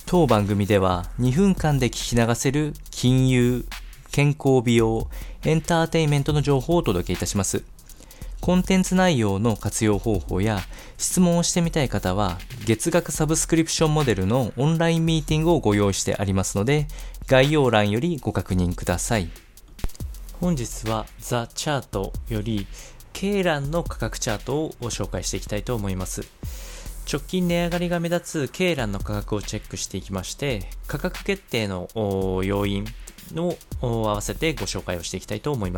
当番組では2分間で聞き流せる金融、健康美容、エンターテインメントの情報をお届けいたします。コンテンツ内容の活用方法や質問をしてみたい方は月額サブスクリプションモデルのオンラインミーティングをご用意してありますので、概要欄よりご確認ください。本日はザ・チャートよりケイランの価格チャートをご紹介していきたいと思います。直近値上がりが目立つケイランの価格をチェックしていきまして、価格決定の要因を合わせてご紹介をしていきたいと思います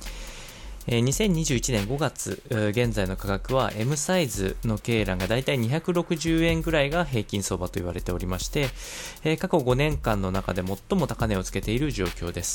。2021年5月現在の価格は M サイズのケイランがだいたい260円ぐらいが平均相場と言われておりまして、過去5年間の中で最も高値をつけている状況です。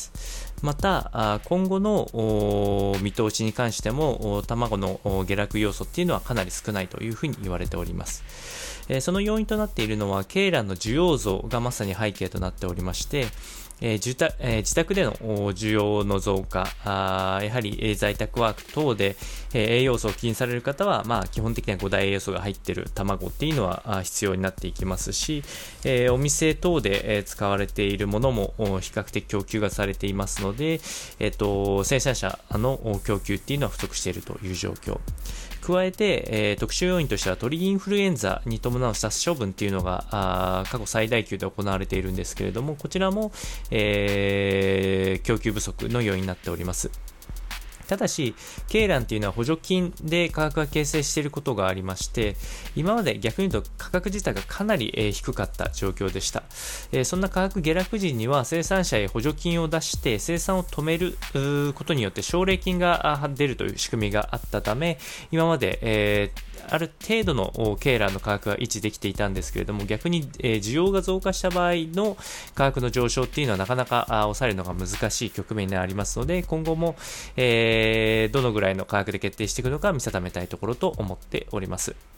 また今後の見通しに関しても卵の下落要素っていうのはかなり少ないというふうに言われております。その要因となっているのはケイランの需要増がまさに背景となっておりまして、自宅での需要の増加、やはり在宅ワーク等で栄養素を気にされる方は、基本的には5大栄養素が入っている卵っていうのは必要になっていきますし、お店等で使われているものも比較的供給がされていますので、生産者の供給っていうのは不足しているという状況。加えて、特殊要因としては鳥インフルエンザに伴う殺処分っていうのが過去最大級で行われているんですけれども、こちらも、供給不足の要因になっております。ただし、ケイランというのは補助金で価格が形成していることがありまして、今まで逆に言うと価格自体がかなり低かった状況でした。そんな価格下落時には生産者へ補助金を出して生産を止めることによって奨励金が出るという仕組みがあったため、今まで、ある程度のケイランの価格が維持できていたんですけれども、逆に需要が増加した場合の価格の上昇っていうのはなかなか抑えるのが難しい局面にありますので、今後も、どのぐらいの価格で決定していくのか見定めたいところと思っております。